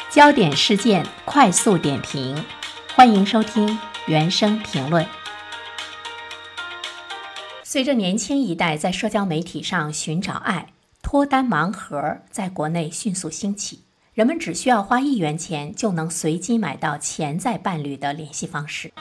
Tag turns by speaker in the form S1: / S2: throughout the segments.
S1: 焦点事件快速点评，欢迎收听原声评论。随着年轻一代在社交媒体上寻找爱，脱单盲盒在国内迅速兴起，人们只需要花1元钱就能随机买到潜在伴侣的联系方式。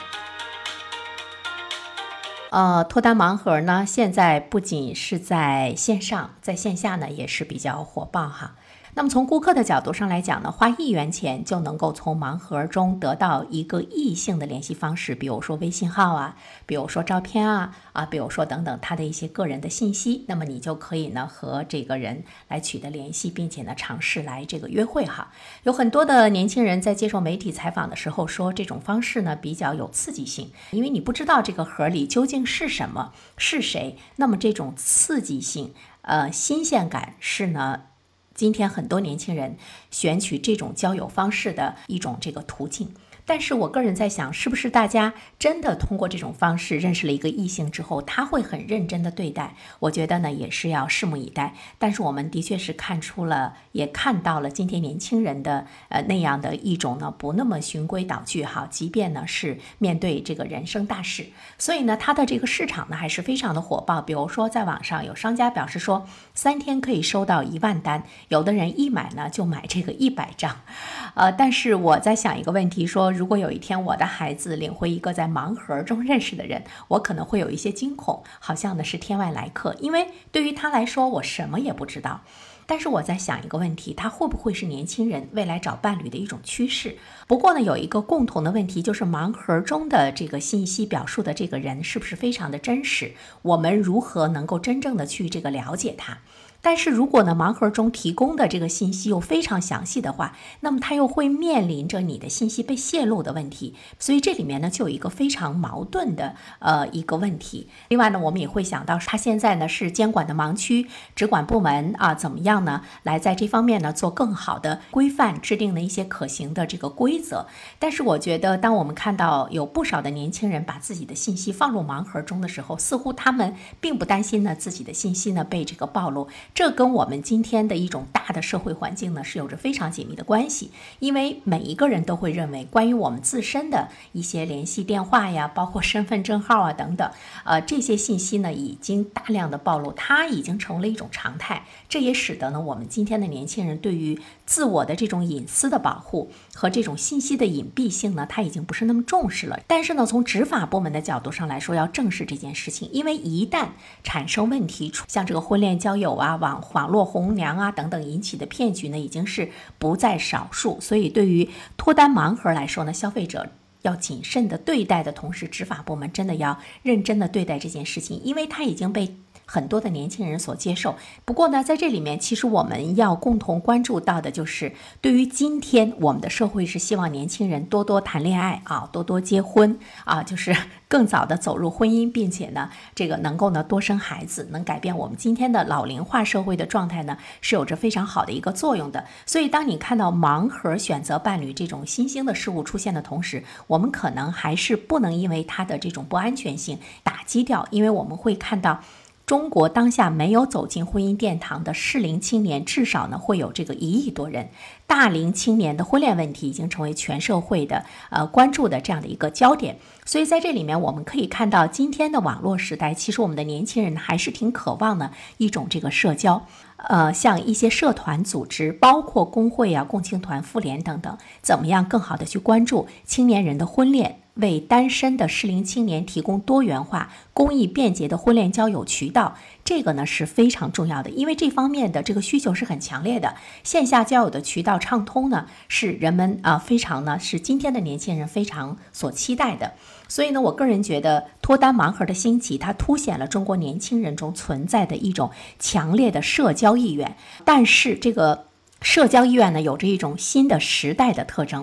S1: 脱单盲盒呢，现在不仅是在线上，在线下呢也是比较火爆哈。那么从顾客的角度上来讲呢，花1元钱就能够从盲盒中得到一个异性的联系方式，比如说微信号啊，比如说照片啊，比如说等等他的一些个人的信息，那么你就可以呢和这个人来取得联系，并且呢尝试来这个约会哈。有很多的年轻人在接受媒体采访的时候说，这种方式呢比较有刺激性，因为你不知道这个盒里究竟是什么，是谁，那么这种刺激性新鲜感是呢今天很多年轻人选取这种交友方式的一种这个途径。但是我个人在想，是不是大家真的通过这种方式认识了一个异性之后，他会很认真的对待？我觉得呢也是要拭目以待。但是我们的确是看出了，也看到了今天年轻人的那样的一种呢不那么循规蹈矩哈，即便呢是面对这个人生大事，所以呢它的这个市场呢还是非常的火爆。比如说在网上有商家表示说，3天可以收到1万单，有的人一买呢就买这个100张。但是我在想一个问题说，如果有一天我的孩子领会一个在盲盒中认识的人，我可能会有一些惊恐，好像呢是天外来客，因为对于他来说我什么也不知道。但是我在想一个问题，他会不会是年轻人未来找伴侣的一种趋势？不过呢有一个共同的问题，就是盲盒中的这个信息表述的这个人是不是非常的真实，我们如何能够真正的去这个了解他？但是如果呢盲盒中提供的这个信息又非常详细的话，那么它又会面临着你的信息被泄露的问题，所以这里面呢就有一个非常矛盾的一个问题。另外呢我们也会想到，它现在呢是监管的盲区，直管部门怎么样呢来在这方面呢做更好的规范，制定了一些可行的这个规则。但是我觉得当我们看到有不少的年轻人把自己的信息放入盲盒中的时候，似乎他们并不担心呢自己的信息呢被这个暴露，这跟我们今天的一种大的社会环境呢是有着非常紧密的关系。因为每一个人都会认为，关于我们自身的一些联系电话呀，包括身份证号等等，这些信息呢已经大量的暴露，它已经成为了一种常态。这也使得呢我们今天的年轻人对于自我的这种隐私的保护和这种信息的隐蔽性呢，他已经不是那么重视了。但是呢从执法部门的角度上来说，要正视这件事情，因为一旦产生问题，像这个婚恋交友网络红娘等等引起的骗局呢，已经是不在少数。所以对于脱单盲盒来说呢，消费者要谨慎的对待的同时，执法部门真的要认真的对待这件事情，因为它已经被很多的年轻人所接受。不过呢在这里面其实我们要共同关注到的就是，对于今天我们的社会是希望年轻人多多谈恋爱多多结婚就是更早的走入婚姻，并且呢这个能够呢多生孩子，能改变我们今天的老龄化社会的状态呢，是有着非常好的一个作用的。所以当你看到盲盒选择伴侣这种新兴的事物出现的同时，我们可能还是不能因为它的这种不安全性打击掉，因为我们会看到中国当下没有走进婚姻殿堂的适龄青年至少呢会有这个1亿多人，大龄青年的婚恋问题已经成为全社会的关注的这样的一个焦点。所以在这里面我们可以看到，今天的网络时代，其实我们的年轻人还是挺渴望呢一种这个社交，像一些社团组织，包括工会共青团、妇联等等，怎么样更好的去关注青年人的婚恋，为单身的适龄青年提供多元化、公益便捷的婚恋交友渠道，这个呢是非常重要的。因为这方面的这个需求是很强烈的，线下交友的渠道畅通呢，是人们非常呢是今天的年轻人非常所期待的。所以呢我个人觉得脱单盲盒的兴起，它凸显了中国年轻人中存在的一种强烈的社交意愿。但是这个社交意愿呢有着一种新的时代的特征，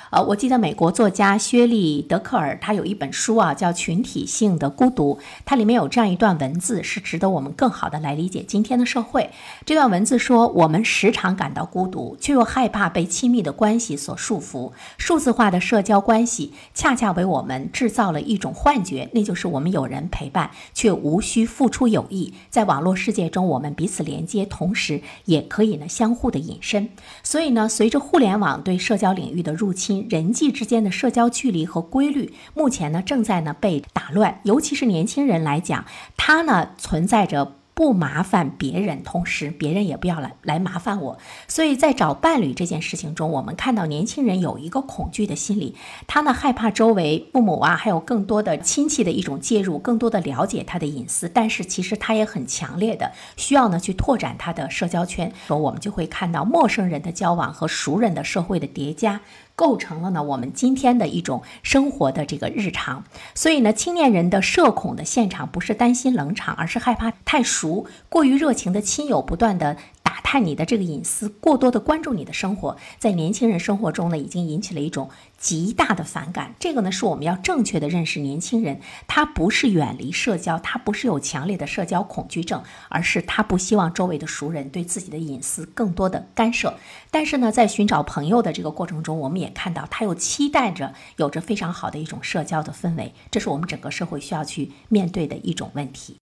S1: 我记得美国作家薛利·德克尔他有一本书啊，叫《群体性的孤独》，它里面有这样一段文字，是值得我们更好的来理解今天的社会。这段文字说，我们时常感到孤独，却又害怕被亲密的关系所束缚。数字化的社交关系恰恰为我们制造了一种幻觉，那就是我们有人陪伴，却无需付出有益。在网络世界中，我们彼此连接，同时也可以相互的隐身。所以呢，随着互联网对社交领域的入侵，人际之间的社交距离和规律目前正在被打乱。尤其是年轻人来讲，他存在着不麻烦别人，同时别人也不要来麻烦我。所以在找伴侣这件事情中，我们看到年轻人有一个恐惧的心理，他害怕周围父母啊，还有更多的亲戚的一种介入，更多的了解他的隐私。但是其实他也很强烈的需要去拓展他的社交圈。说我们就会看到陌生人的交往和熟人的社会的叠加，构成了我们今天的一种生活的这个日常。所以青年人的社恐的现场不是担心冷场，而是害怕太熟，过于热情的亲友不断的打探你的这个隐私，过多的关注你的生活，在年轻人生活中已经引起了一种极大的反感。这个是我们要正确的认识年轻人，他不是远离社交，他不是有强烈的社交恐惧症，而是他不希望周围的熟人对自己的隐私更多的干涉。但是在寻找朋友的这个过程中，我们也看到他又期待着有着非常好的一种社交的氛围，这是我们整个社会需要去面对的一种问题。